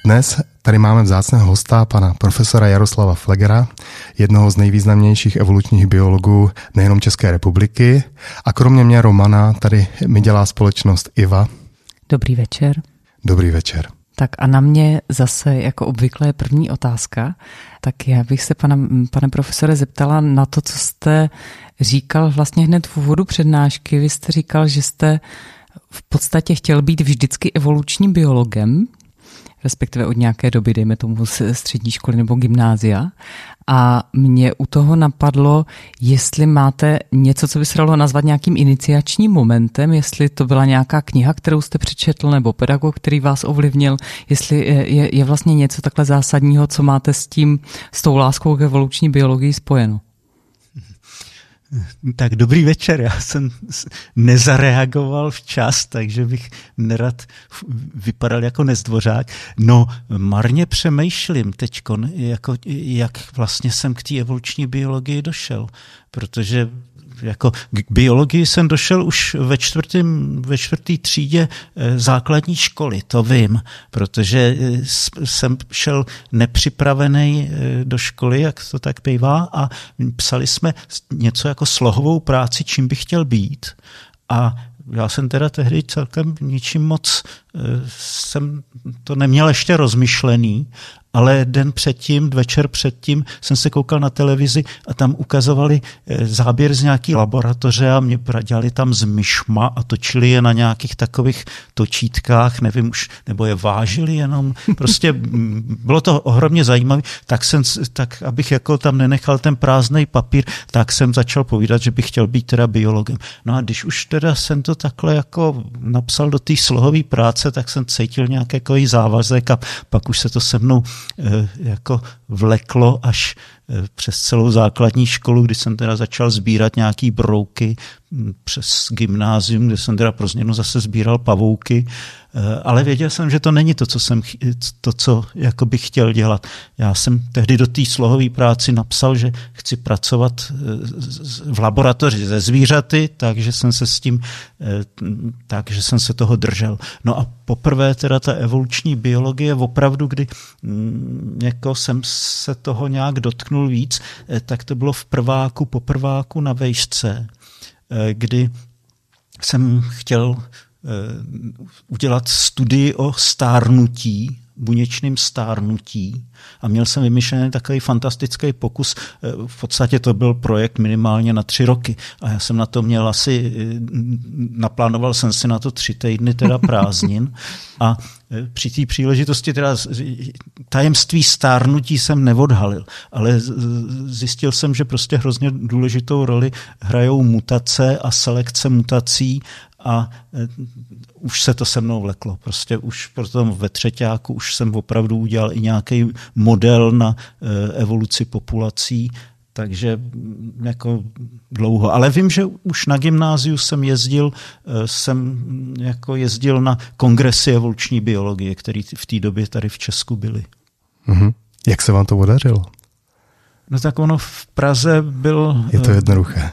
Dnes tady máme vzácného hosta, pana profesora Jaroslava Flegera, jednoho z nejvýznamnějších evolučních biologů nejenom České republiky. A kromě mě, Romana, tady mi dělá společnost Iva. Dobrý večer. Dobrý večer. Tak a na mě zase jako obvykle první otázka. Tak já bych se pane profesore zeptala na to, co jste říkal vlastně hned v úvodu přednášky. Vy jste říkal, že jste v podstatě chtěl být vždycky evolučním biologem, respektive od nějaké doby, dejme tomu střední školy nebo gymnázia. A mě u toho napadlo, jestli máte něco, co by se dalo nazvat nějakým iniciačním momentem, jestli to byla nějaká kniha, kterou jste přečetl, nebo pedagog, který vás ovlivnil, jestli je vlastně něco takhle zásadního, co máte s tou láskou k evoluční biologii spojeno. Tak dobrý večer, já jsem nezareagoval včas, takže bych nerad vypadal jako nezdvořák. No, marně přemýšlím teďkon, jak vlastně jsem k té evoluční biologii došel, protože jako k biologii jsem došel už ve čtvrtý třídě základní školy, to vím, protože jsem šel nepřipravený do školy, jak to tak bývá, a psali jsme něco jako slohovou práci, čím bych chtěl být. A já jsem teda tehdy celkem ničím moc jsem to neměl ještě rozmyšlený, ale večer předtím jsem se koukal na televizi a tam ukazovali záběr z nějaký laboratoře a mě dělali tam z myšma a točili je na nějakých takových točítkách, nevím už, nebo je vážili jenom. Prostě bylo to ohromně zajímavé, tak abych jako tam nenechal ten prázdnej papír, tak jsem začal povídat, že bych chtěl být teda biologem. No a když už teda jsem to takhle jako napsal do té slohové práce, tak jsem cítil nějaký závazek a pak už se to se mnou jako vleklo až přes celou základní školu, kdy jsem teda začal sbírat nějaký brouky, přes gymnázium, kde jsem teda pro změnu zase sbíral pavouky, ale věděl jsem, že to není to, co jako bych chtěl dělat. Já jsem tehdy do té slohové práci napsal, že chci pracovat v laboratoři se zvířaty, takže jsem se toho držel. No a poprvé teda ta evoluční biologie opravdu, kdy jako jsem se toho nějak dotknul víc, tak to bylo po prváku na vejšce, kdy jsem chtěl udělat studii o stárnutí, buněčným stárnutí a měl jsem vymyšlený takový fantastický pokus. V podstatě to byl projekt minimálně na 3 roky a já jsem na to měl naplánoval jsem si na to 3 týdny teda prázdnin a při té příležitosti teda tajemství stárnutí jsem neodhalil, ale zjistil jsem, že prostě hrozně důležitou roli hrajou mutace a selekce mutací a už se to se mnou vleklo. Prostě už potom ve třeťáku už jsem opravdu udělal i nějaký model na evoluci populací, takže jako dlouho. Ale vím, že už na gymnáziu jsem jezdil na kongresy evoluční biologie, které v té době tady v Česku byly. Mm-hmm. Jak se vám to podařilo? No tak ono v Praze Je to jednoduché.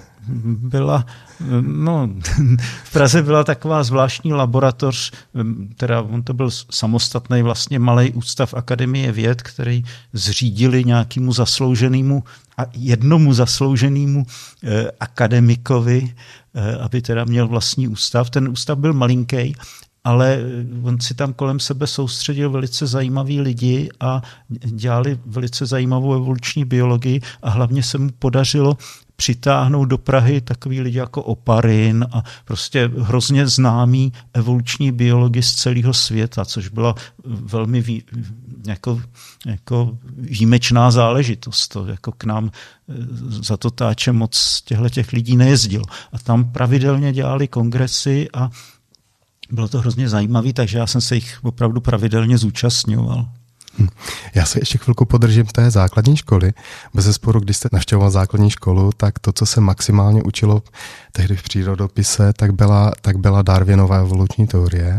V Praze byla taková zvláštní laboratoř, teda on to byl samostatný vlastně malý ústav Akademie věd, který zřídili nějakému zaslouženému a jednomu zaslouženému akademikovi, aby teda měl vlastní ústav. Ten ústav byl malinký, ale on si tam kolem sebe soustředil velice zajímaví lidi a dělali velice zajímavou evoluční biologii a hlavně se mu podařilo přitáhnout do Prahy takový lidi jako Oparin a prostě hrozně známý evoluční biologi z celého světa, což byla velmi jako výjimečná záležitost. To jako k nám za to táče moc těch lidí nejezdilo. A tam pravidelně dělali kongresy a bylo to hrozně zajímavé, takže já jsem se jich opravdu pravidelně zúčastňoval. Já se ještě chvilku podržím té základní školy. Bezesporu, když jste navštěvoval základní školu, tak to, co se maximálně učilo tehdy v přírodopise, tak byla Darwinova evoluční teorie.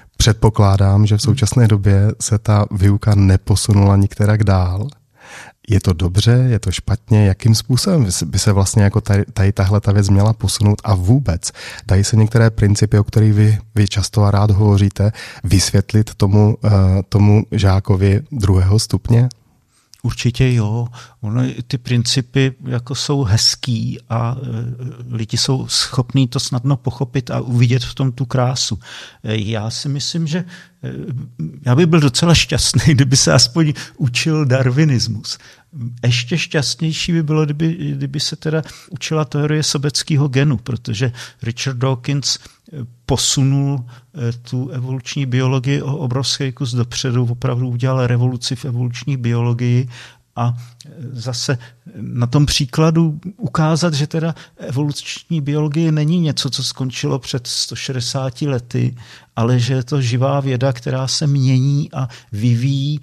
Předpokládám, že v současné době se ta výuka neposunula nikterak dál. Je to dobře, je to špatně, jakým způsobem by se vlastně jako tady tahle ta věc měla posunout a vůbec dají se některé principy, o kterých vy často a rád hovoříte, vysvětlit tomu žákovi 2. stupně? Určitě jo. Ty principy jako jsou hezký a lidi jsou schopní to snadno pochopit a uvidět v tom tu krásu. Já si myslím, že já bych byl docela šťastný, kdyby se aspoň učil darwinismus. Ještě šťastnější by bylo, kdyby se teda učila teorie sobeckého genu, protože Richard Dawkins posunul tu evoluční biologii o obrovský kus dopředu, opravdu udělal revoluci v evoluční biologii a zase na tom příkladu ukázat, že teda evoluční biologie není něco, co skončilo před 160 lety, ale že je to živá věda, která se mění a vyvíjí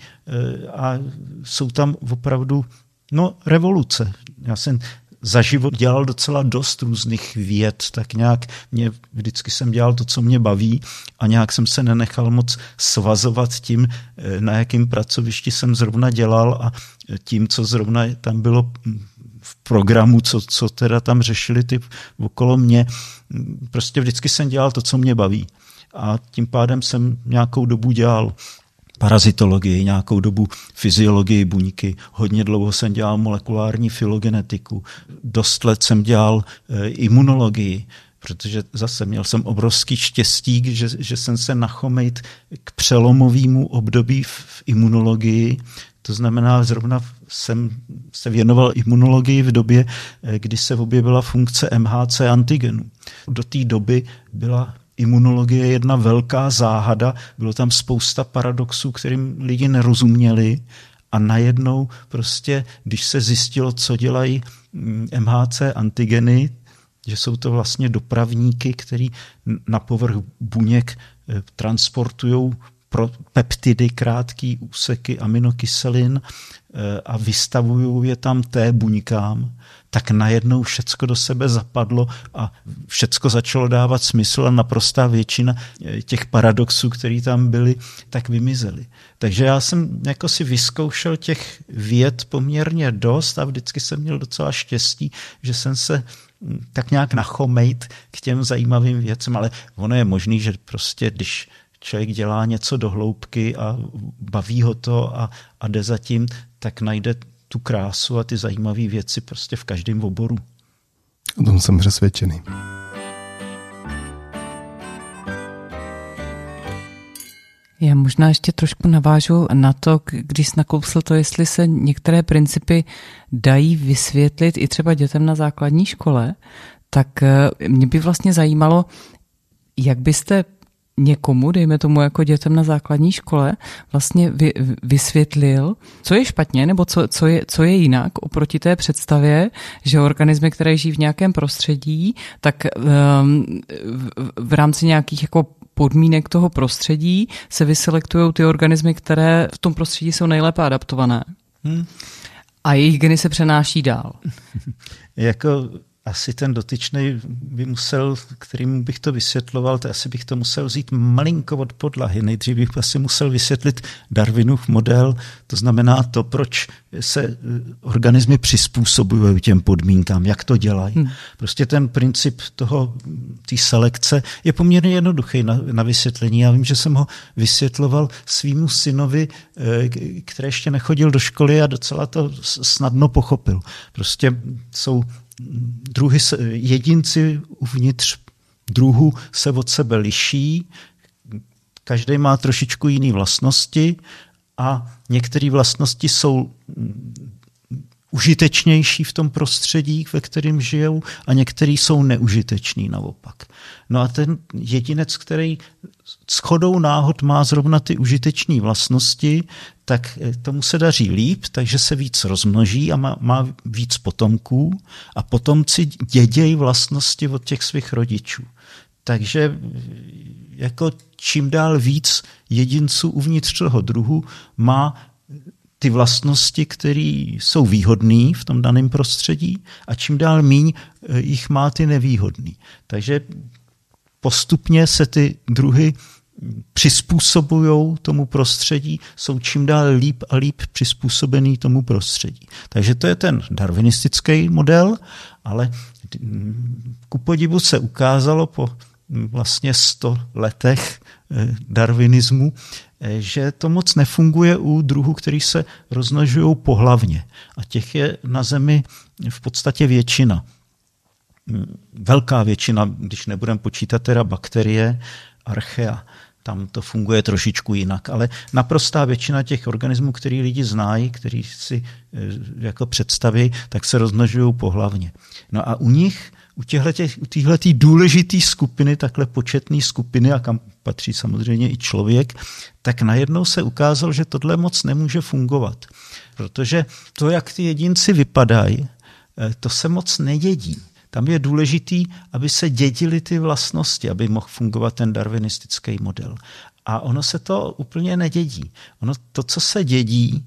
a jsou tam opravdu revoluce. Já jsem za život dělal docela dost různých věd, tak nějak vždycky jsem dělal to, co mě baví a nějak jsem se nenechal moc svazovat tím, na jakém pracovišti jsem zrovna dělal a tím, co zrovna tam bylo v programu, co teda tam řešili ty okolo mě. Prostě vždycky jsem dělal to, co mě baví. A tím pádem jsem nějakou dobu dělal parazitologii, nějakou dobu fyziologii buňky, hodně dlouho jsem dělal molekulární filogenetiku, dost let jsem dělal imunologii, protože zase měl jsem obrovský štěstí, že jsem se nachomejt k přelomovému období v imunologii. To znamená, zrovna jsem se věnoval imunologii v době, kdy se objevila funkce MHC antigenu. Do té doby byla imunologie je jedna velká záhada, bylo tam spousta paradoxů, kterým lidi nerozuměli a najednou prostě, když se zjistilo, co dělají MHC antigeny, že jsou to vlastně dopravníky, který na povrch buněk transportují peptidy, krátké úseky aminokyselin a vystavují je tam té buňkám, tak najednou všecko do sebe zapadlo a všecko začalo dávat smysl a naprostá většina těch paradoxů, které tam byly, tak vymizely. Takže já jsem jako si vyzkoušel těch věd poměrně dost a vždycky jsem měl docela štěstí, že jsem se tak nějak nachomejt k těm zajímavým věcem, ale ono je možný, že prostě když člověk dělá něco do hloubky a baví ho to a jde za tím, tak najde tu krásu a ty zajímavé věci prostě v každém oboru. O tom jsem přesvědčený. Já možná ještě trošku navážu na to, když jsi nakousl to, jestli se některé principy dají vysvětlit i třeba dětem na základní škole, tak mě by vlastně zajímalo, jak byste někomu, dejme tomu jako dětem na základní škole, vlastně vysvětlil, co je špatně, nebo co je jinak oproti té představě, že organismy, které žijí v nějakém prostředí, tak v rámci nějakých jako podmínek toho prostředí se vyselektují ty organismy, které v tom prostředí jsou nejlépe adaptované. A jejich geny se přenáší dál. Jako asi ten dotyčnej by musel, kterým bych to vysvětloval, to asi bych to musel vzít malinko od podlahy. Nejdřív bych asi musel vysvětlit Darwinův model, to znamená to, proč se organismy přizpůsobují těm podmínkám, jak to dělají. Prostě ten princip té selekce je poměrně jednoduchý na vysvětlení. Já vím, že jsem ho vysvětloval svýmu synovi, který ještě nechodil do školy a docela to snadno pochopil. Prostě jsou jedinci uvnitř druhu se od sebe liší, každý má trošičku jiné vlastnosti a některé vlastnosti jsou užitečnější v tom prostředí, ve kterém žijou, a některé jsou neužitečný naopak. No a ten jedinec, který shodou náhod má zrovna ty užitečné vlastnosti, tak tomu se daří líp, takže se víc rozmnoží a má víc potomků a potomci dědějí vlastnosti od těch svých rodičů. Takže jako čím dál víc jedinců uvnitř toho druhu má ty vlastnosti, které jsou výhodné v tom daném prostředí, a čím dál míň jich má ty nevýhodné. Takže postupně se ty druhy přizpůsobují tomu prostředí, jsou čím dál líp a líp přizpůsobený tomu prostředí. Takže to je ten darwinistický model, ale ku podivu se ukázalo po vlastně 100 letech darwinismu, že to moc nefunguje u druhů, který se rozmnožují pohlavně. A těch je na Zemi v podstatě většina. Velká většina, když nebudeme počítat teda bakterie, archea, tam to funguje trošičku jinak, ale naprostá většina těch organismů, který lidi znají, který si jako představí, tak se rozmnožují pohlavně. No a u nich, u téhletý důležitý skupiny, takhle početné skupiny, a kam patří samozřejmě i člověk, tak najednou se ukázalo, že tohle moc nemůže fungovat. Protože to, jak ty jedinci vypadají, to se moc nedědí. Tam je důležitý, aby se dědily ty vlastnosti, aby mohl fungovat ten darwinistický model. A ono se to úplně nedědí. To, co se dědí,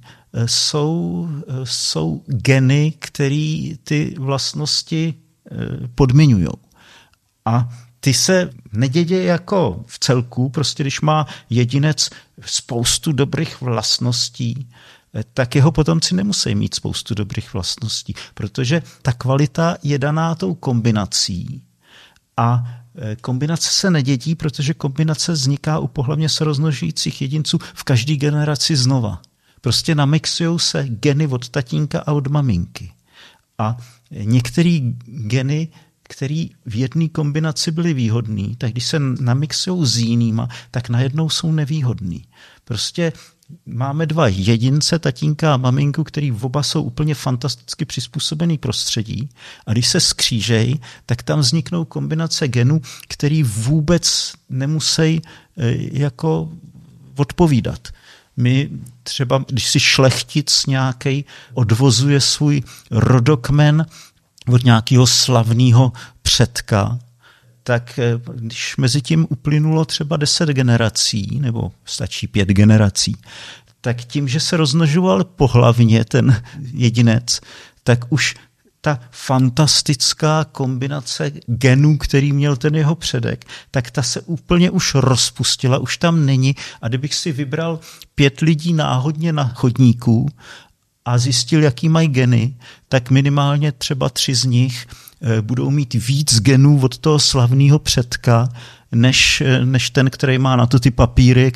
jsou geny, které ty vlastnosti podmiňují. A ty se nedědí jako v celku, prostě když má jedinec spoustu dobrých vlastností, tak jeho potomci nemusí mít spoustu dobrých vlastností, protože ta kvalita je daná tou kombinací a kombinace se nedědí, protože kombinace vzniká u pohlavně se rozmnožujících jedinců v každé generaci znova. Prostě namixujou se geny od tatínka a od maminky. A některé geny, které v jedné kombinaci byly výhodné, tak když se namixují s jinýma, tak najednou jsou nevýhodný. Prostě máme dva jedince, tatínka a maminku, který oba jsou úplně fantasticky přizpůsobený prostředí a když se skřížejí, tak tam vzniknou kombinace genů, který vůbec nemusí jako odpovídat. My třeba, když si šlechtic nějaký odvozuje svůj rodokmen od nějakého slavného předka, tak když mezi tím uplynulo třeba 10 generací, nebo stačí 5 generací, tak tím, že se rozmnožoval pohlavně ten jedinec, tak už ta fantastická kombinace genů, který měl ten jeho předek, tak ta se úplně už rozpustila, už tam není. A kdybych si vybral 5 lidí náhodně na chodníku a zjistil, jaký mají geny, tak minimálně třeba 3 z nich budou mít víc genů od toho slavného předka, než ten, který má na to ty papíry,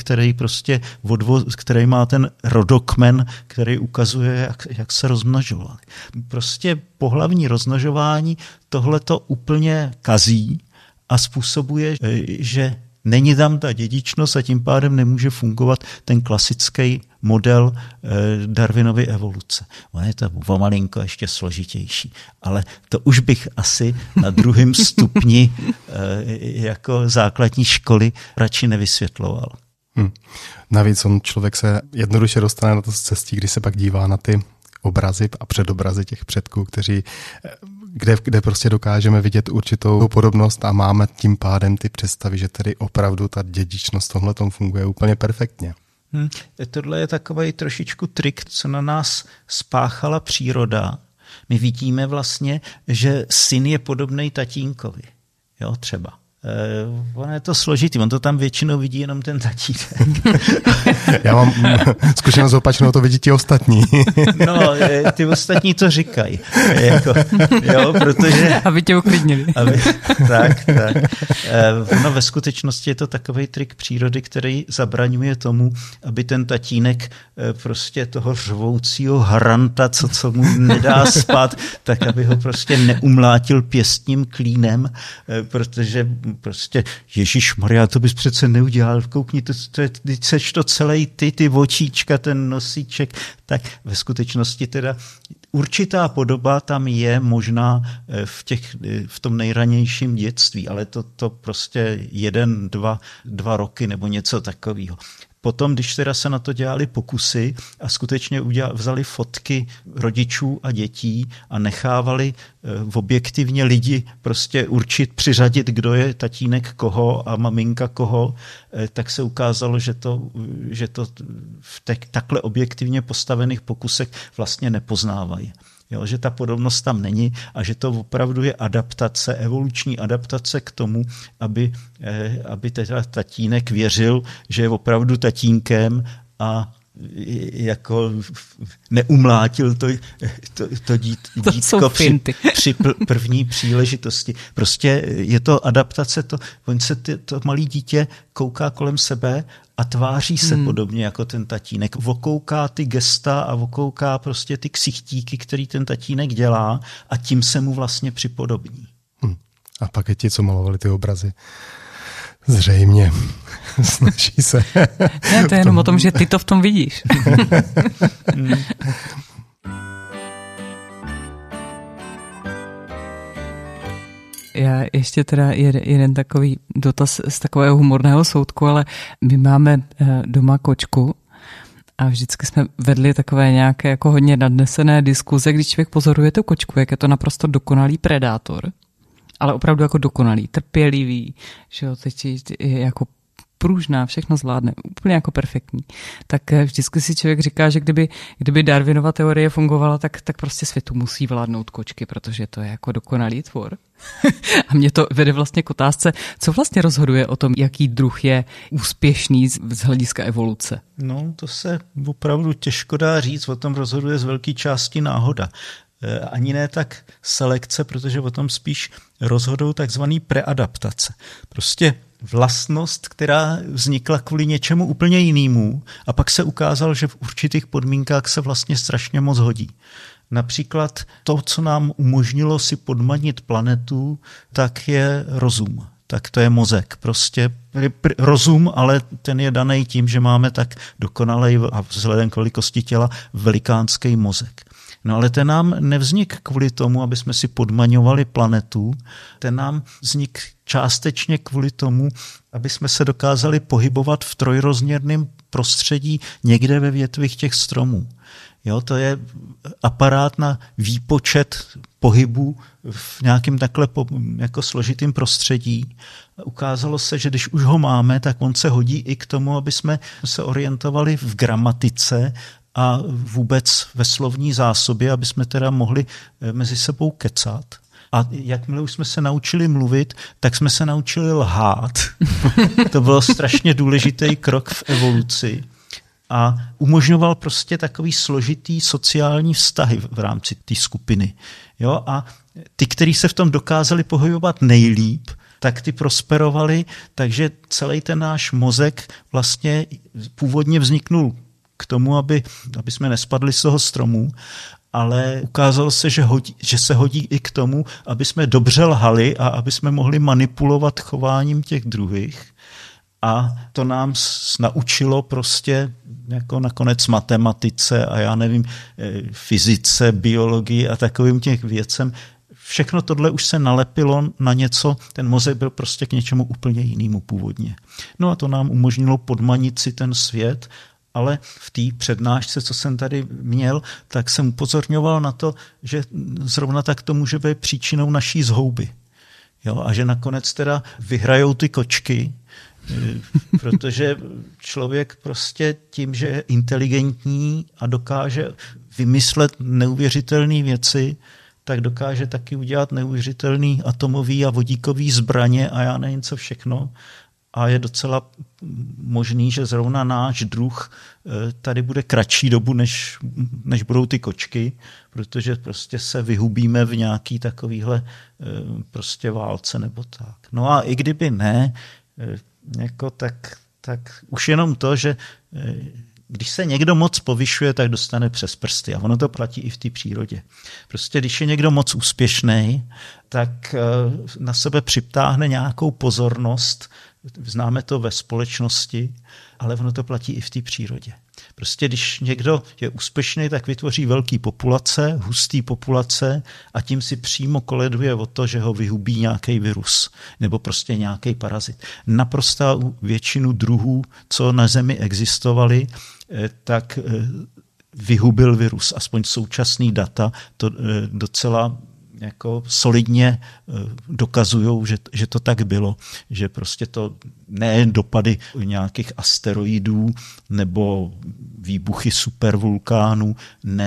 který má ten rodokmen, který ukazuje, jak se rozmnožovali. Prostě pohlavní rozmnožování tohleto úplně kazí a způsobuje, že není tam ta dědičnost a tím pádem nemůže fungovat ten klasický model Darwinovy evoluce. Ono je to o malinko ještě složitější, ale to už bych asi na 2. stupni jako základní školy radši nevysvětloval. Navíc člověk se jednoduše dostane na to cestí, když se pak dívá na ty obrazy a předobrazy těch předků, kde prostě dokážeme vidět určitou podobnost a máme tím pádem ty představy, že tedy opravdu ta dědičnost tomhletom funguje úplně perfektně. Tohle je takový trošičku trik, co na nás spáchala příroda. My vidíme vlastně, že syn je podobný tatínkovi. Jo, třeba. Ono je to složitý, on to tam většinou vidí jenom ten tatínek. Já mám zkušenost opačnou, to vidí ti ostatní. No, ty ostatní to říkají. Protože... Aby tě uklidnili. Tak. No, ve skutečnosti je to takovej trik přírody, který zabraňuje tomu, aby ten tatínek prostě toho řvoucího haranta, co mu nedá spát, tak aby ho prostě neumlátil pěstním klínem, protože prostě Ježišmarja, to bys přece neudělal, koukni, teď seš to celý ty očíčka, ten nosíček, tak ve skutečnosti teda určitá podoba tam je možná v tom nejranějším dětství, ale to prostě 1-2 roky nebo něco takového. Potom, když teda se na to dělali pokusy a skutečně vzali fotky rodičů a dětí a nechávali objektivně lidi prostě přiřadit, kdo je tatínek koho a maminka koho, tak se ukázalo, že to v takhle objektivně postavených pokusech vlastně nepoznávají. Jo, že ta podobnost tam není a že to opravdu je adaptace, evoluční adaptace k tomu, aby teda tatínek věřil, že je opravdu tatínkem a jako neumlátil to dítko při první příležitosti. Prostě je to adaptace, on se to malý dítě kouká kolem sebe a tváří se podobně jako ten tatínek. Okouká ty gesta a okouká prostě ty ksichtíky, který ten tatínek dělá a tím se mu vlastně připodobní. A pak je ti, co malovali ty obrazy. Zřejmě. Snaží se. Ne, to je jenom o tom, že ty to v tom vidíš. Já ještě teda jeden takový dotaz z takového humorného soudku, ale my máme doma kočku a vždycky jsme vedli takové nějaké jako hodně nadnesené diskuze, když člověk pozoruje tu kočku, jak je to naprosto dokonalý predátor, ale opravdu jako dokonalý, trpělivý, že jo, teď je jako pružná, všechno zvládne, úplně jako perfektní. Tak vždycky si člověk říká, že kdyby Darwinova teorie fungovala, tak prostě světu musí vládnout kočky, protože to je jako dokonalý tvor. A mě to vede vlastně k otázce, co vlastně rozhoduje o tom, jaký druh je úspěšný z hlediska evoluce. No, to se opravdu těžko dá říct, o tom rozhoduje z velké části náhoda. Ani ne tak selekce, protože o tom spíš rozhodou takzvaný preadaptace. Prostě vlastnost, která vznikla kvůli něčemu úplně jinému a pak se ukázalo, že v určitých podmínkách se vlastně strašně moc hodí. Například to, co nám umožnilo si podmanit planetu, tak je rozum. Tak to je mozek. Prostě rozum, ale ten je daný tím, že máme tak dokonalej a vzhledem k velikosti těla velikánský mozek. No ale ten nám nevznik kvůli tomu, aby jsme si podmaňovali planetu, ten nám vznik částečně kvůli tomu, aby jsme se dokázali pohybovat v trojrozměrném prostředí někde ve větvích těch stromů. Jo, to je aparát na výpočet pohybu v nějakém takhle jako složitým prostředí. Ukázalo se, že když už ho máme, tak on se hodí i k tomu, aby jsme se orientovali v gramatice a vůbec ve slovní zásobě, aby jsme teda mohli mezi sebou kecat. A jakmile už jsme se naučili mluvit, tak jsme se naučili lhát. To byl strašně důležitý krok v evoluci. A umožňoval prostě takový složitý sociální vztahy v rámci té skupiny. Jo? A ty, kteří se v tom dokázali pohybovat nejlíp, tak ty prosperovali, takže celý ten náš mozek vlastně původně vzniknul k tomu, aby jsme nespadli z toho stromu, ale ukázalo se, že se hodí i k tomu, aby jsme dobře lhali a aby jsme mohli manipulovat chováním těch druhých. A to nám naučilo prostě jako nakonec matematice a já nevím, fyzice, biologii a takovým těch věcem. Všechno tohle už se nalepilo na něco, ten mozek byl prostě k něčemu úplně jinému původně. No a to nám umožnilo podmanit si ten svět, ale v té přednášce, co jsem tady měl, tak jsem upozorňoval na to, že zrovna tak to může být příčinou naší zhouby. Jo? A že nakonec teda vyhrajou ty kočky, protože člověk prostě tím, že je inteligentní a dokáže vymyslet neuvěřitelné věci, tak dokáže taky udělat neuvěřitelné atomové a vodíkové zbraně a já nevím co všechno. A je docela možný, že zrovna náš druh tady bude kratší dobu, než budou ty kočky, protože prostě se vyhubíme v nějaký takovýhle prostě válce nebo tak. No a i kdyby ne, jako tak už jenom to, že když se někdo moc povyšuje, tak dostane přes prsty. A ono to platí i v té přírodě. Prostě když je někdo moc úspěšný, tak na sebe přitáhne nějakou pozornost. Známe to ve společnosti, ale ono to platí i v té přírodě. Prostě když někdo je úspěšný, tak vytvoří velký populace, hustý populace a tím si přímo koleduje o to, že ho vyhubí nějaký virus nebo prostě nějaký parazit. Naprostá většinu druhů, co na Zemi existovaly, tak vyhubil virus. Aspoň současný data to docela jako solidně dokazují, že to tak bylo, že prostě to ne dopady nějakých asteroidů nebo výbuchy supervulkánů, ne,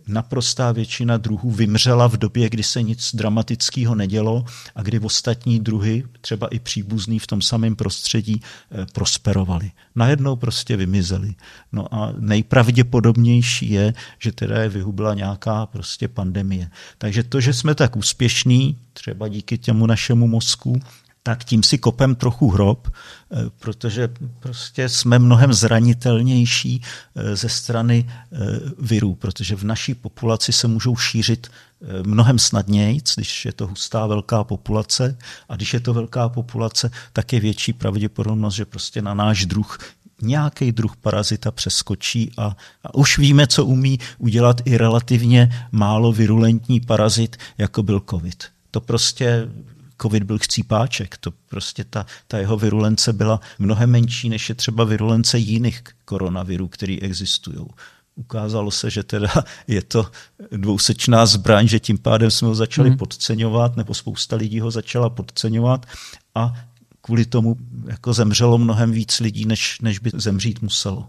naprostá většina druhů vymřela v době, kdy se nic dramatického nedělo a kdy ostatní druhy, třeba i příbuzný v tom samém prostředí, prosperovali. Najednou prostě vymizeli. No a nejpravděpodobnější je, že teda je vyhubila nějaká prostě pandemie. Takže to, že jsme tak úspěšní, třeba díky těmu našemu mozku, tak tím si kopem trochu hrob, protože prostě jsme mnohem zranitelnější ze strany virů, protože v naší populaci se můžou šířit mnohem snadněji, když je to hustá velká populace, a když je to velká populace, tak je větší pravděpodobnost, že prostě na náš druh nějaký druh parazita přeskočí a už víme, co umí udělat i relativně málo virulentní parazit, jako byl COVID. To prostě COVID byl chcípáček, to prostě ta jeho virulence byla mnohem menší, než je třeba virulence jiných koronavirů, které existují. Ukázalo se, že teda je to dvousečná zbraň, že tím pádem jsme ho začali podceňovat, nebo spousta lidí ho začala podceňovat a kvůli tomu jako zemřelo mnohem víc lidí, než by zemřít muselo.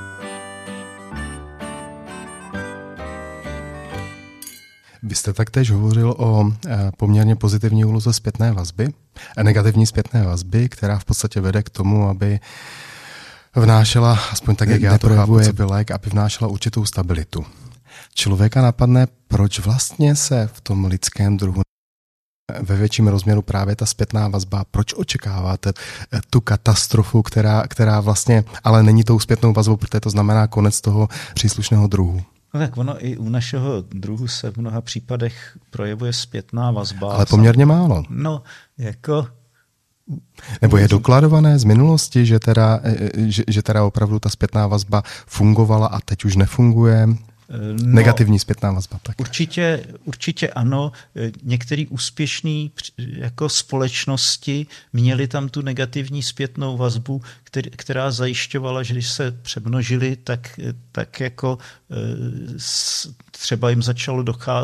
Vy jste taktéž hovořil o poměrně pozitivní úloze zpětné vazby, negativní zpětné vazby, která v podstatě vede k tomu, aby vnášela, aspoň tak, jak já to chápu, lék, aby vnášela určitou stabilitu. Člověka napadne, proč vlastně se v tom lidském druhu ve větším rozměru právě ta zpětná vazba, proč očekáváte tu katastrofu, která vlastně, ale není tou zpětnou vazbou, protože to znamená konec toho příslušného druhu. No tak ono i u našeho druhu se v mnoha případech projevuje zpětná vazba. Ale poměrně málo. No, jako... Nebo je dokladované z minulosti, že teda opravdu ta zpětná vazba fungovala a teď už nefunguje? Negativní zpětná vazba. Tak. Určitě ano. Některé úspěšné jako společnosti měly tam tu negativní zpětnou vazbu, která zajišťovala, že když se přemnožili, tak jako třeba jim začalo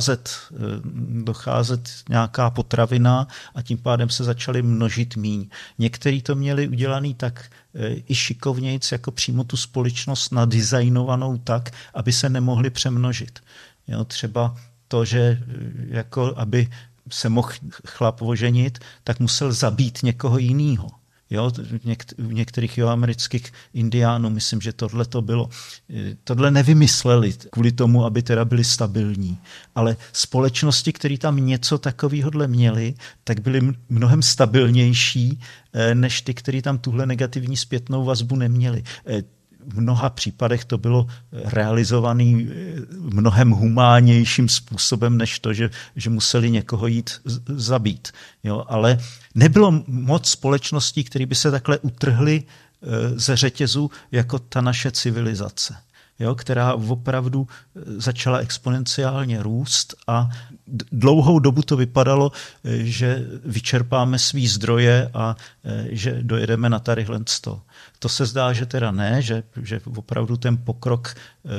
docházet nějaká potravina a tím pádem se začaly množit míň. Někteří to měli udělaný tak i šikovnějc, jako přímo tu společnost nadizajnovanou tak, aby se nemohli přemnožit. Jo, třeba to, že jako aby se mohl chlap oženit, tak musel zabít někoho jiného. Jo, v některých jihoamerických indiánů, myslím, že tohle to bylo. Tohle nevymysleli kvůli tomu, aby teda byli stabilní. Ale společnosti, které tam něco takového měly, tak byly mnohem stabilnější, než ty, které tam tuhle negativní zpětnou vazbu neměli. V mnoha případech to bylo realizované mnohem humánnějším způsobem, než to, že museli někoho jít zabít. Jo, ale nebylo moc společností, které by se takhle utrhly ze řetězu jako ta naše civilizace, jo, která opravdu začala exponenciálně růst a dlouhou dobu to vypadalo, že vyčerpáme svý zdroje a že dojedeme na tadyhle 100. To se zdá, že teda ne, že opravdu ten pokrok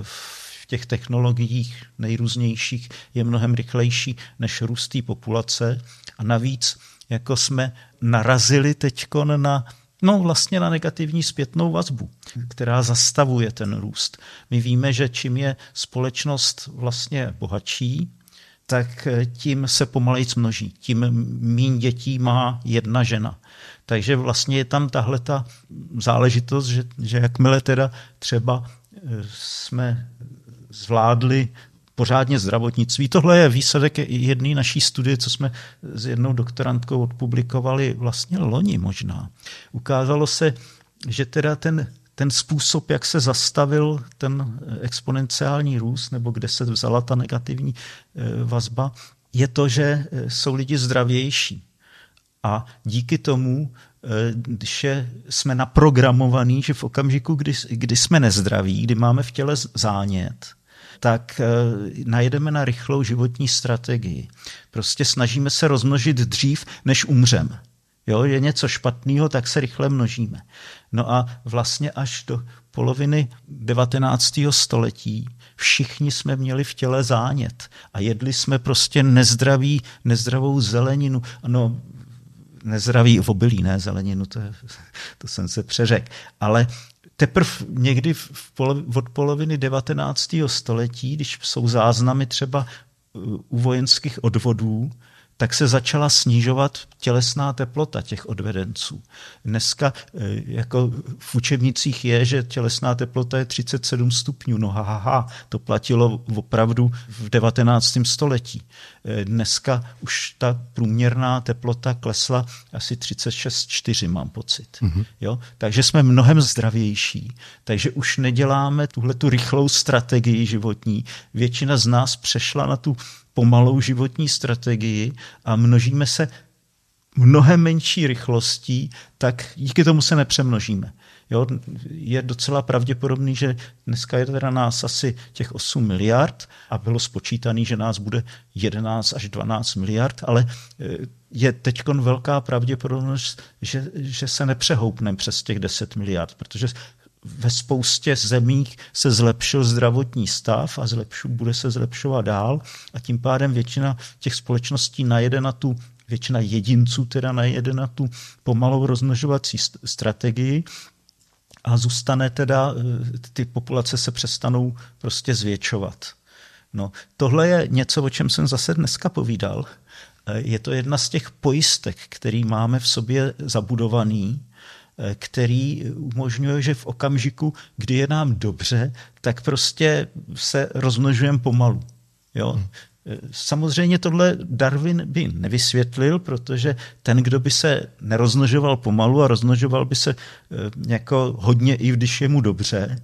v těch technologiích nejrůznějších je mnohem rychlejší než růst té populace a navíc jako jsme narazili teďkon vlastně na negativní zpětnou vazbu, která zastavuje ten růst. My víme, že čím je společnost vlastně bohatší, tak tím se pomalejc množí. Tím míň dětí má jedna žena. Takže vlastně je tam tahleta záležitost, že jakmile teda třeba jsme zvládli pořádně zdravotnictví. Tohle je výsledek jedné naší studie, co jsme s jednou doktorantkou odpublikovali vlastně loni možná. Ukázalo se, že teda ten způsob, jak se zastavil ten exponenciální růst, nebo kde se vzala ta negativní vazba, je to, že jsou lidi zdravější. A díky tomu, když jsme naprogramovaní, že v okamžiku, kdy jsme nezdraví, kdy máme v těle zánět, tak najedeme na rychlou životní strategii. Prostě snažíme se rozmnožit dřív, než umřeme. Jo, je něco špatného, tak se rychle množíme. No a vlastně až do poloviny 19. století všichni jsme měli v těle zánět a jedli jsme prostě nezdravou zeleninu. No, nezdravý obilí, ne zeleninu, to jsem se přeřekl. Ale teprve někdy od poloviny 19. století, když jsou záznamy třeba u vojenských odvodů, tak se začala snižovat tělesná teplota těch odvedenců. Dneska jako v učebnicích je, že tělesná teplota je 37 stupňů. No to platilo opravdu v 19. století. Dneska už ta průměrná teplota klesla asi 36,4, mám pocit. Jo? Takže jsme mnohem zdravější. Takže už neděláme tuhletu rychlou strategii životní. Většina z nás přešla na tu pomalou životní strategii a množíme se mnohem menší rychlostí, tak díky tomu se nepřemnožíme. Jo, je docela pravděpodobný, že dneska je teda nás asi těch 8 miliard a bylo spočítané, že nás bude 11 až 12 miliard, ale je teď velká pravděpodobnost, že se nepřehoupneme přes těch 10 miliard, protože ve spoustě zemích se zlepšil zdravotní stav a bude se zlepšovat dál a tím pádem většina těch společností většina jedinců teda najede na tu pomalou rozmnožovací strategii a zůstane teda, ty populace se přestanou prostě zvětšovat. No, tohle je něco, o čem jsem zase dneska povídal. Je to jedna z těch pojistek, který máme v sobě zabudovaný, který umožňuje, že v okamžiku, kdy je nám dobře, tak prostě se rozmnožujeme pomalu. Jo? Samozřejmě tohle Darwin by nevysvětlil, protože ten, kdo by se nerozmnožoval pomalu a rozmnožoval by se jako hodně, i když je mu dobře,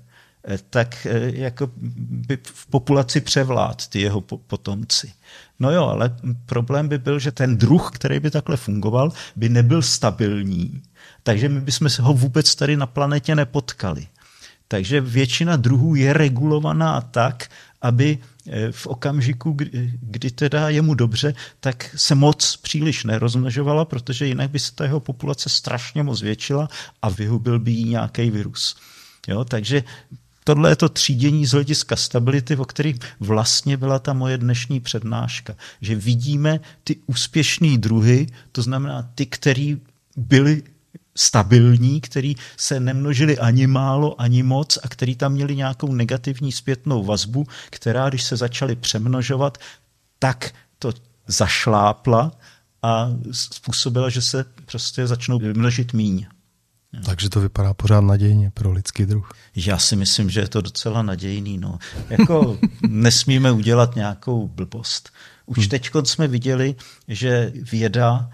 tak jako by v populaci převlád ty jeho potomci. No jo, ale problém by byl, že ten druh, který by takhle fungoval, by nebyl stabilní, takže my bychom se ho vůbec tady na planetě nepotkali. Takže většina druhů je regulovaná tak, aby v okamžiku, kdy teda je mu dobře, tak se moc příliš nerozmnožovala, protože jinak by se ta jeho populace strašně moc zvětšila a vyhubil by jí nějaký virus. Jo, takže tohle je to třídění z hlediska stability, o kterých vlastně byla ta moje dnešní přednáška. Že vidíme ty úspěšný druhy, to znamená ty, který byli stabilní, který se nemnožili ani málo, ani moc a který tam měli nějakou negativní zpětnou vazbu, která, když se začaly přemnožovat, tak to zašlápla a způsobila, že se prostě začnou množit míň. Takže to vypadá pořád nadějně pro lidský druh. Já si myslím, že je to docela nadějný. No. Jako nesmíme udělat nějakou blbost. Už teď jsme viděli, že věda,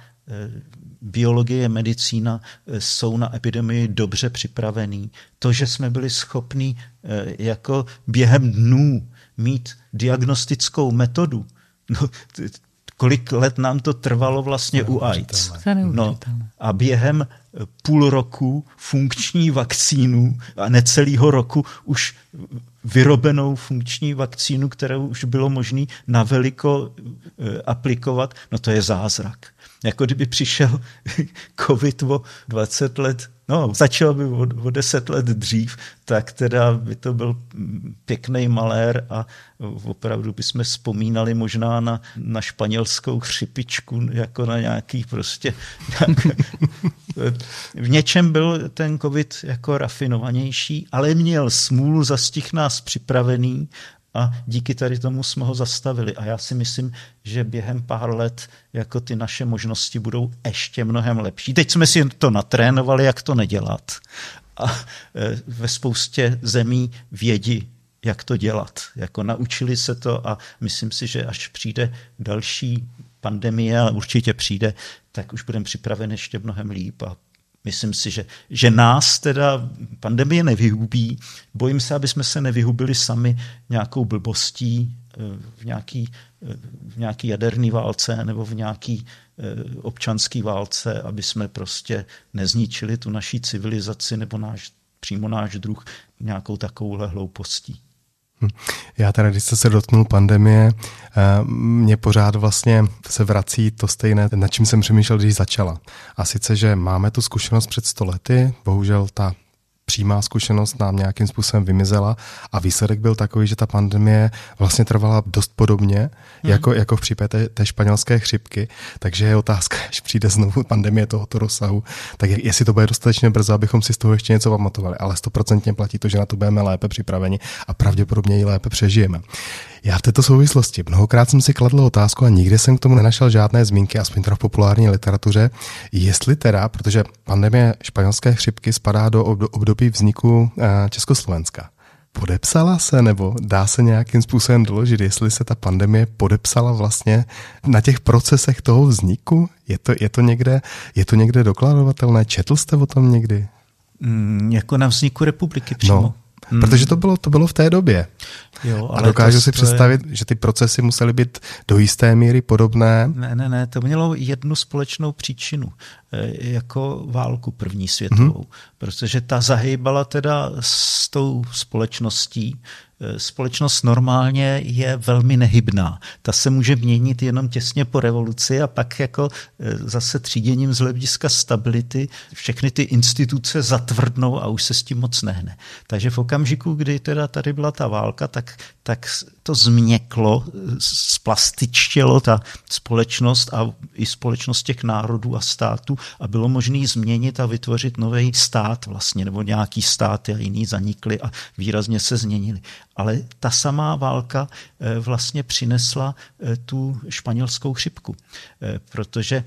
biologie, medicína jsou na epidemii dobře připravený. To, že jsme byli schopní jako během dnů mít diagnostickou metodu, no, kolik let nám to trvalo vlastně u AIDS. No, a během půl roku funkční vakcínu a necelého roku už vyrobenou funkční vakcínu, kterou už bylo možné na veliko aplikovat, no to je zázrak. Jako kdyby přišel covid o 20 let, no začal by o 10 let dřív, tak teda by to byl pěkný malér a opravdu bychom vzpomínali možná na španělskou chřipičku, jako na nějaký prostě... V něčem byl ten covid jako rafinovanější, ale měl smůlu, zastih nás připravený a díky tady tomu jsme ho zastavili. A já si myslím, že během pár let jako ty naše možnosti budou ještě mnohem lepší. Teď jsme si to natrénovali, jak to nedělat. A ve spoustě zemí vědí, jak to dělat. Jako naučili se to a myslím si, že až přijde další pandemie, a určitě přijde, tak už budeme připraveni ještě mnohem líp a myslím si, že nás teda pandemie nevyhubí. Bojím se, aby jsme se nevyhubili sami nějakou blbostí v nějaký jaderný válce nebo v nějaký občanský válce, aby jsme prostě nezničili tu naší civilizaci nebo přímo náš druh nějakou takovouhle hloupostí. Já teda, když jste se dotknul pandemie, mě pořád vlastně se vrací to stejné, nad čím jsem přemýšlel, když začala. A sice, že máme tu zkušenost před 100 lety, bohužel ta přímá zkušenost nám nějakým způsobem vymizela a výsledek byl takový, že ta pandemie vlastně trvala dost podobně, jako v případě té španělské chřipky, takže je otázka, až přijde znovu pandemie tohoto rozsahu, tak jestli to bude dostatečně brzo, abychom si z toho ještě něco pamatovali, ale 100% platí to, že na to budeme lépe připraveni a pravděpodobně ji lépe přežijeme. Já v této souvislosti mnohokrát jsem si kladl otázku a nikdy jsem k tomu nenašel žádné zmínky, aspoň teda v populární literatuře, jestli teda, protože pandemie španělské chřipky spadá do období vzniku Československa. Podepsala se, nebo dá se nějakým způsobem doložit, jestli se ta pandemie podepsala vlastně na těch procesech toho vzniku? Je to někde dokladovatelné? Četl jste o tom někdy? Jako na vzniku republiky přímo. No. Protože to bylo v té době. Jo, ale a dokážu si představit, že ty procesy musely být do jisté míry podobné. Ne, to mělo jednu společnou příčinu, jako válku první světovou, protože ta zahýbala teda s tou společností. Společnost normálně je velmi nehybná. Ta se může měnit jenom těsně po revoluci a pak jako zase tříděním z hlediska stability všechny ty instituce zatvrdnou a už se s tím moc nehne. Takže v okamžiku, kdy teda tady byla ta válka, tak to změklo, splastičtělo ta společnost a i společnost těch národů a států a bylo možné změnit a vytvořit nový stát vlastně, nebo nějaký státy a jiný zanikly a výrazně se změnili. Ale ta samá válka vlastně přinesla tu španělskou chřipku, protože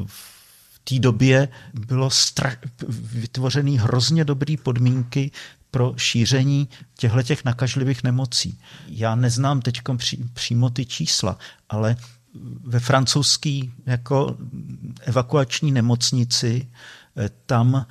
v té době bylo vytvořený hrozně dobrý podmínky pro šíření těchto nakažlivých nemocí. Já neznám teď přímo ty čísla, ale ve francouzské jako evakuační nemocnici tam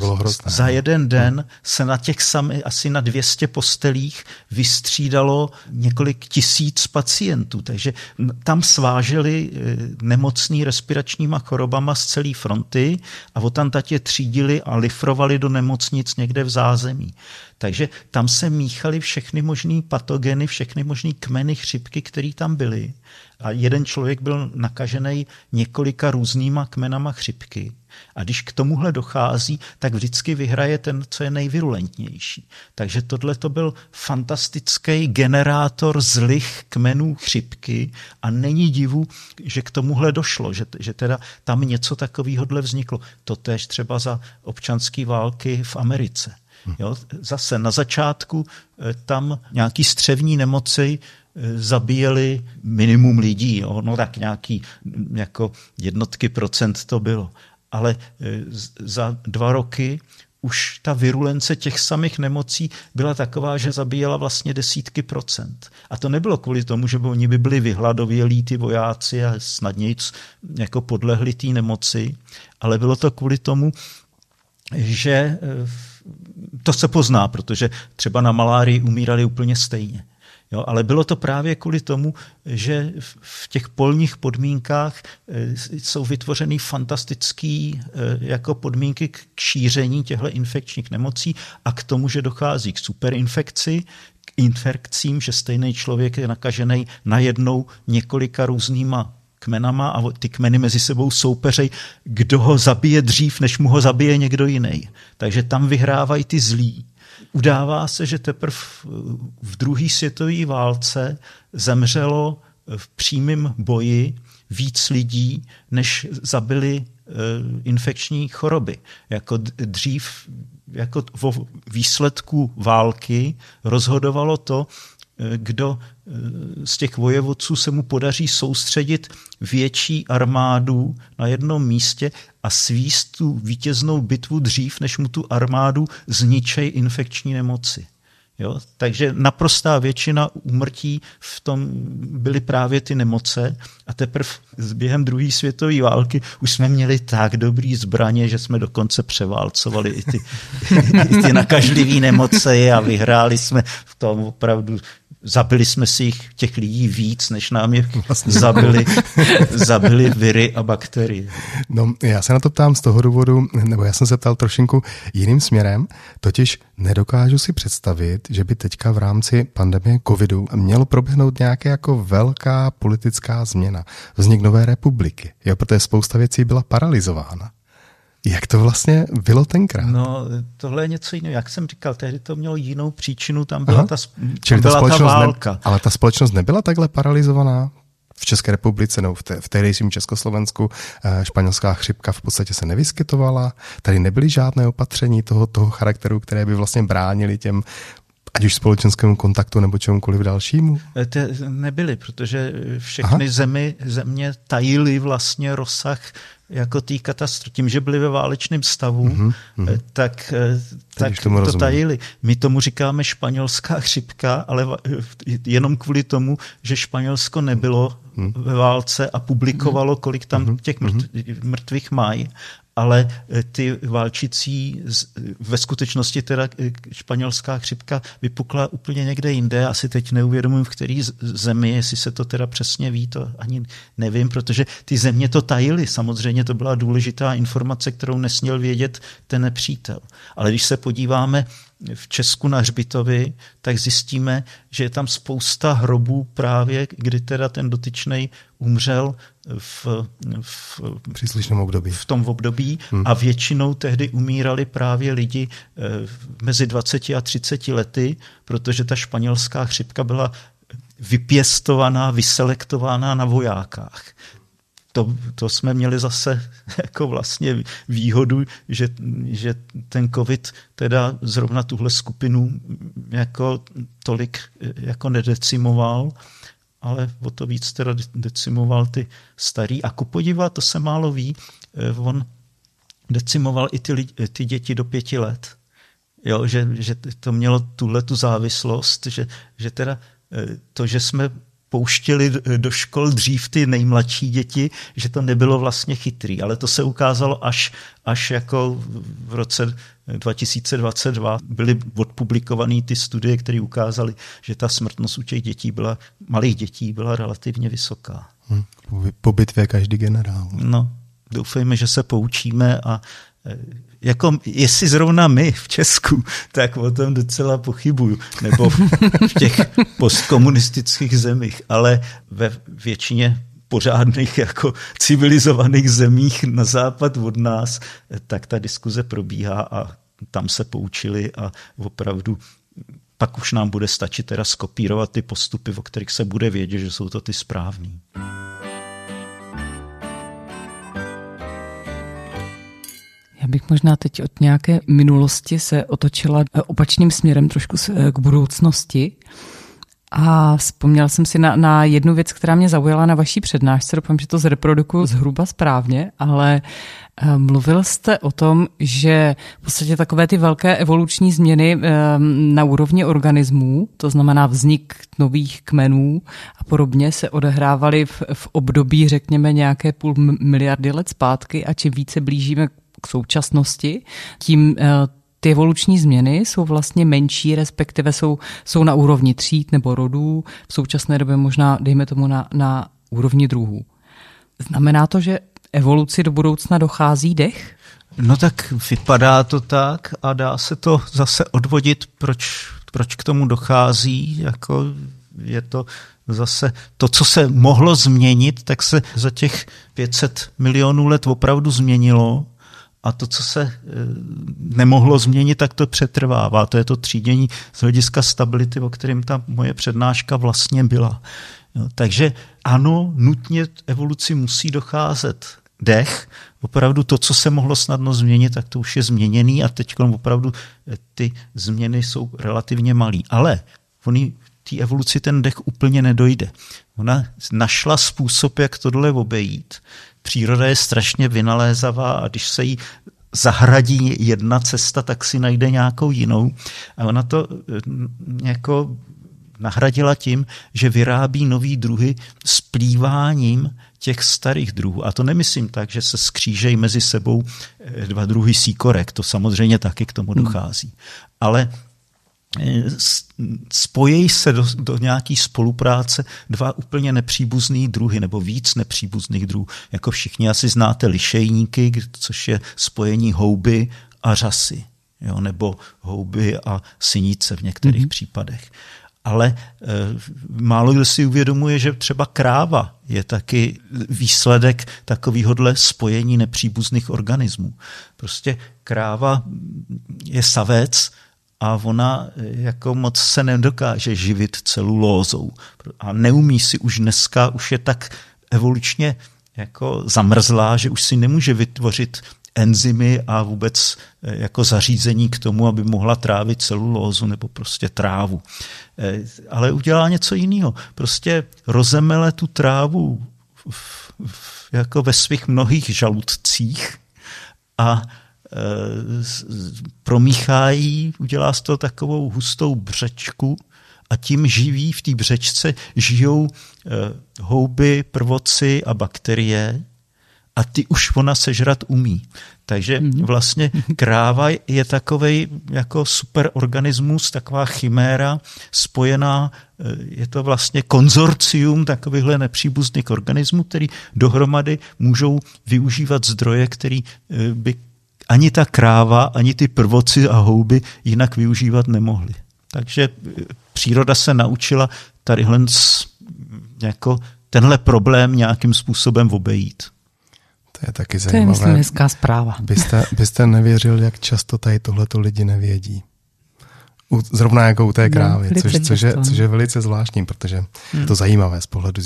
za jeden den se na těch asi na 200 postelích vystřídalo několik tisíc pacientů. Takže tam sváželi nemocný respiračníma chorobama z celé fronty a odtamtud je třídili a lifrovali do nemocnic někde v zázemí. Takže tam se míchaly všechny možný patogeny, všechny možný kmeny chřipky, které tam byly. A jeden člověk byl nakažený několika různýma kmenama chřipky. A když k tomuhle dochází, tak vždycky vyhraje ten, co je nejvirulentnější. Takže tohle to byl fantastický generátor zlých kmenů chřipky a není divu, že k tomuhle došlo, že teda tam něco takového vzniklo. Totéž třeba za občanské války v Americe. Jo, zase na začátku tam nějaký střevní nemoci zabíjeli minimum lidí, jo, no tak nějaký jako jednotky procent to bylo. Ale za 2 roky už ta virulence těch samých nemocí byla taková, že zabíjela vlastně desítky procent. A to nebylo kvůli tomu, že oni by byli vyhladovělí ty vojáci a snadněji jako podlehli té nemoci, ale bylo to kvůli tomu, že to se pozná, protože třeba na malárii umírali úplně stejně. Jo, ale bylo to právě kvůli tomu, že v těch polních podmínkách jsou vytvořeny fantastické jako podmínky k šíření těchto infekčních nemocí a k tomu, že dochází k superinfekci, k infekcím, že stejný člověk je nakažený najednou několika různýma kmenama a ty kmeny mezi sebou soupeřejí, kdo ho zabije dřív, než mu ho zabije někdo jiný. Takže tam vyhrávají ty zlí. Udává se, že teprve v druhé světové válce zemřelo v přímém boji víc lidí, než zabili infekční choroby. Jako dřív, jako vo výsledku války rozhodovalo to, kdo z těch vojevůdců se mu podaří soustředit větší armádu na jednom místě a svíst tu vítěznou bitvu dřív, než mu tu armádu zničej infekční nemoci. Jo? Takže naprostá většina úmrtí v tom byly právě ty nemoce a teprve během druhé světové války už jsme měli tak dobrý zbraně, že jsme dokonce převálcovali i ty nakažlivé nemoce a vyhráli jsme v tom opravdu. Zabili jsme si těch lidí víc, než nám je zabili viry a bakterie. No, já se na to ptám z toho důvodu, nebo já jsem se ptal trošinku jiným směrem, totiž nedokážu si představit, že by teďka v rámci pandemie covidu mělo proběhnout nějaká jako velká politická změna. Vznik nové republiky, jo, protože spousta věcí byla paralyzována. Jak to vlastně bylo tenkrát? No, tohle je něco jiného. Jak jsem říkal, tehdy to mělo jinou příčinu, tam byla ta válka. Ale ta společnost nebyla takhle paralizovaná? V České republice nebo v tehdejším Československu španělská chřipka v podstatě se nevyskytovala. Tady nebyly žádné opatření toho charakteru, které by vlastně bránili těm ať už společenskému kontaktu nebo čemukoliv dalšímu? Nebyly, protože všechny země tajily vlastně rozsah jako té katastrofy. Tím, že byly ve válečném stavu, tak to tajili. My tomu říkáme španělská chřipka, ale jenom kvůli tomu, že Španělsko nebylo ve válce a publikovalo, kolik tam těch mrtvých mají. Ale ty válčící, ve skutečnosti teda španělská chřipka vypukla úplně někde jinde. Asi teď neuvědomuji, v který zemi, jestli se to teda přesně ví, to ani nevím, protože ty země to tajily. Samozřejmě to byla důležitá informace, kterou nesměl vědět ten nepřítel. Ale když se podíváme v Česku na hřbitovy, tak zjistíme, že je tam spousta hrobů právě, kdy teda ten dotyčnej umřel v příslušném období. V tom období a většinou tehdy umírali právě lidi mezi 20 a 30 lety, protože ta španělská chřipka byla vypěstovaná, vyselektovaná na vojákách. To jsme měli zase jako vlastně výhodu, že ten covid teda zrovna tuhle skupinu jako tolik jako nedecimoval, ale o to víc teda decimoval ty starý. A kupodiva, to se málo ví, on decimoval i ty děti do 5 let. Jo, že to mělo tu závislost, že teda to, že jsme pouštěli do škol dřív ty nejmladší děti, že to nebylo vlastně chytrý, ale to se ukázalo až jako v roce 2022 byly odpublikované ty studie, které ukázaly, že ta smrtnost u těch malých dětí byla relativně vysoká. Po bitvě každý generál. No, doufejme, že se poučíme a jako jestli zrovna my v Česku, tak o tom docela pochybuju, nebo v těch postkomunistických zemích, ale ve většině pořádných jako civilizovaných zemích na západ od nás, tak ta diskuze probíhá a tam se poučili a opravdu pak už nám bude stačit teda skopírovat ty postupy, o kterých se bude vědět, že jsou to ty správný. Já bych možná teď od nějaké minulosti se otočila opačným směrem trošku k budoucnosti. A vzpomněla jsem si na jednu věc, která mě zaujala na vaší přednášce. Doufám, že to zreprodukuju zhruba správně, ale mluvil jste o tom, že v podstatě takové ty velké evoluční změny na úrovni organismů, to znamená vznik nových kmenů a podobně, se odehrávaly v období, řekněme, nějaké 500 miliardy let zpátky a čím více blížíme k současnosti, tím ty evoluční změny jsou vlastně menší, respektive jsou na úrovni tříd nebo rodů, v současné době možná, dejme tomu, na úrovni druhů. Znamená to, že evoluci do budoucna dochází dech? No tak vypadá to tak a dá se to zase odvodit, proč k tomu dochází, jako je to zase to, co se mohlo změnit, tak se za těch 500 milionů let opravdu změnilo. A to, co se nemohlo změnit, tak to přetrvává. To je to třídění z hlediska stability, o kterém ta moje přednáška vlastně byla. Jo, takže ano, nutně evoluci musí docházet dech. Opravdu to, co se mohlo snadno změnit, tak to už je změněný a teď opravdu ty změny jsou relativně malý. Ale té evoluci ten dech úplně nedojde. Ona našla způsob, jak tohle obejít. Příroda je strašně vynalézavá a když se jí zahradí jedna cesta, tak si najde nějakou jinou. A ona to jako nahradila tím, že vyrábí nový druhy splýváním těch starých druhů. A to nemyslím tak, že se skřížejí mezi sebou 2 druhy síkorek. To samozřejmě taky k tomu dochází. Ale spojí se do nějaký spolupráce 2 úplně nepříbuzný druhy nebo víc nepříbuzných druhů. Jako všichni asi znáte lišejníky, což je spojení houby a řasy, jo, nebo houby a sinice v některých případech. Ale málo kdo si uvědomuje, že třeba kráva je taky výsledek takovýhodle spojení nepříbuzných organismů. Prostě kráva je savec a ona jako moc se nedokáže živit celulózou. A neumí si už dneska, už je tak evolučně jako zamrzlá, že už si nemůže vytvořit enzymy a vůbec jako zařízení k tomu, aby mohla trávit celulózu nebo prostě trávu. Ale udělá něco jiného. Prostě rozemele tu trávu jako ve svých mnohých žaludcích a promíchá jí, udělá z toho takovou hustou břečku a tím živí, v té břečce žijou houby, prvoci a bakterie a ty už ona sežrat umí. Takže vlastně kráva je takovej jako superorganismus, taková chiméra spojená, je to vlastně konzorcium takovýchhle nepříbuzných organismů, který dohromady můžou využívat zdroje, který by ani ta kráva, ani ty prvoci a houby jinak využívat nemohly. Takže příroda se naučila tadyhle jako tenhle problém nějakým způsobem obejít. To je taky zajímavé. To je, myslím, hezká zpráva. Byste nevěřil, jak často tady tohleto lidi nevědí. Zrovna jako u té krávy, což je velice zvláštní, protože je to zajímavé z pohledu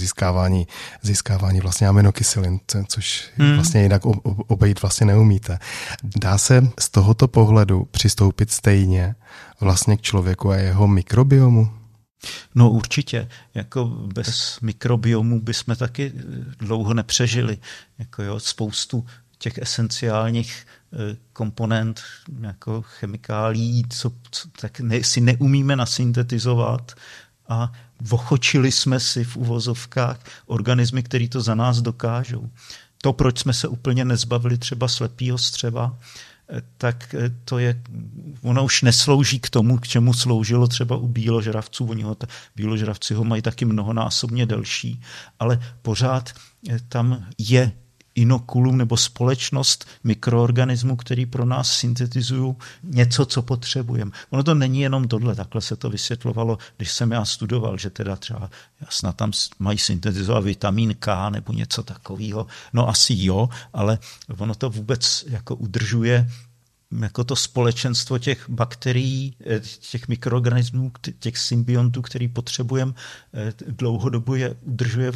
získávání vlastně aminokyselin, což vlastně jinak obejít vlastně neumíte. Dá se z tohoto pohledu přistoupit stejně vlastně k člověku a jeho mikrobiomu? No určitě, jako bez mikrobiomu bychom taky dlouho nepřežili. Jako jo, spoustu těch esenciálních komponent, jako chemikálií, co tak si neumíme nasyntetizovat a vochočili jsme si v uvozovkách organismy, které to za nás dokážou. To, proč jsme se úplně nezbavili třeba slepýho střeva, tak to je, ono už neslouží k tomu, k čemu sloužilo třeba u býložravců. Býložravci ho mají taky mnohonásobně delší, ale pořád tam je inokulum nebo společnost mikroorganismů, který pro nás syntetizují něco, co potřebujeme. Ono to není jenom tohle, takhle se to vysvětlovalo, když jsem já studoval, že teda třeba snad tam mají syntetizovat vitamin K nebo něco takového. No asi jo, ale ono to vůbec jako udržuje jako to společenstvo těch bakterií, těch mikroorganismů, těch symbiontů, který potřebujeme, dlouhodobě udržuje v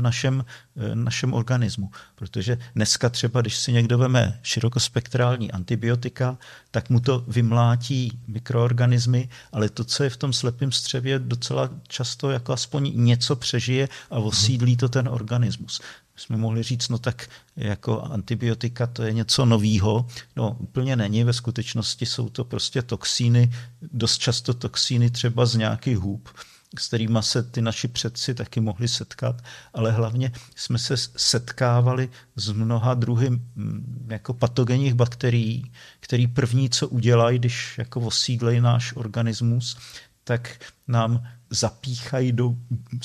našem organismu. Protože dneska třeba, když si někdo veme širokospektrální antibiotika, tak mu to vymlátí mikroorganismy, ale to, co je v tom slepém střevě, docela často jako aspoň něco přežije a osídlí to ten organismus. Jsme mohli říct, no tak jako antibiotika to je něco novýho. No úplně není, ve skutečnosti jsou to prostě toxíny, dost často toxíny třeba z nějakých hub, s kterými se ty naši předci taky mohli setkat, ale hlavně jsme se setkávali s mnoha druhy jako patogenních bakterií, který první, co udělají, když jako osídlejí náš organismus, tak nám zapíchají do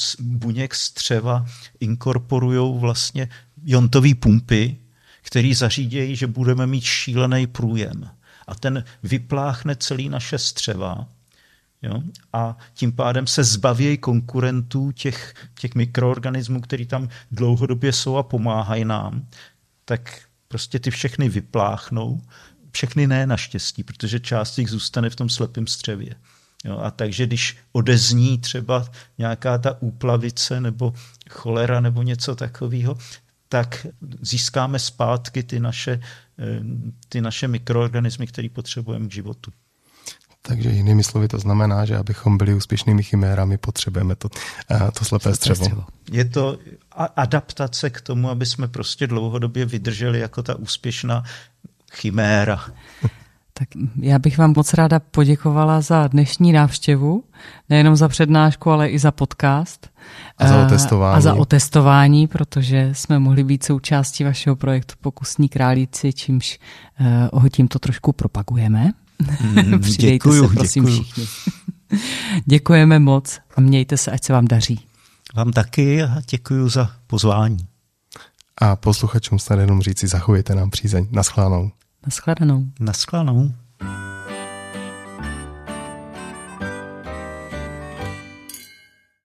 buněk střeva, inkorporujou vlastně iontové pumpy, který zařídějí, že budeme mít šílený průjem. A ten vypláchne celý naše střeva, jo? A tím pádem se zbaví konkurentů těch mikroorganismů, který tam dlouhodobě jsou a pomáhají nám, tak prostě ty všechny vypláchnou, všechny ne naštěstí, protože část jich zůstane v tom slepém střevě. Jo, a takže když odezní třeba nějaká ta úplavice nebo cholera nebo něco takového, tak získáme zpátky ty naše mikroorganismy, které potřebujeme k životu. Takže jinými slovy to znamená, že abychom byli úspěšnými chimérami, potřebujeme to slepé střevo. Je to adaptace k tomu, aby jsme prostě dlouhodobě vydrželi jako ta úspěšná chiméra. Tak já bych vám moc ráda poděkovala za dnešní návštěvu, nejenom za přednášku, ale i za podcast. A za otestování. Protože jsme mohli být součástí vašeho projektu Pokusní králíci, čímž ho tímto trošku propagujeme. Přidejte se, prosím, všichni. Děkujeme moc a mějte se, ať se vám daří. Vám taky a děkuji za pozvání. A posluchačům snad jenom říci, zachovejte nám přízeň. Naschledanou. Naschledanou. Naschledanou.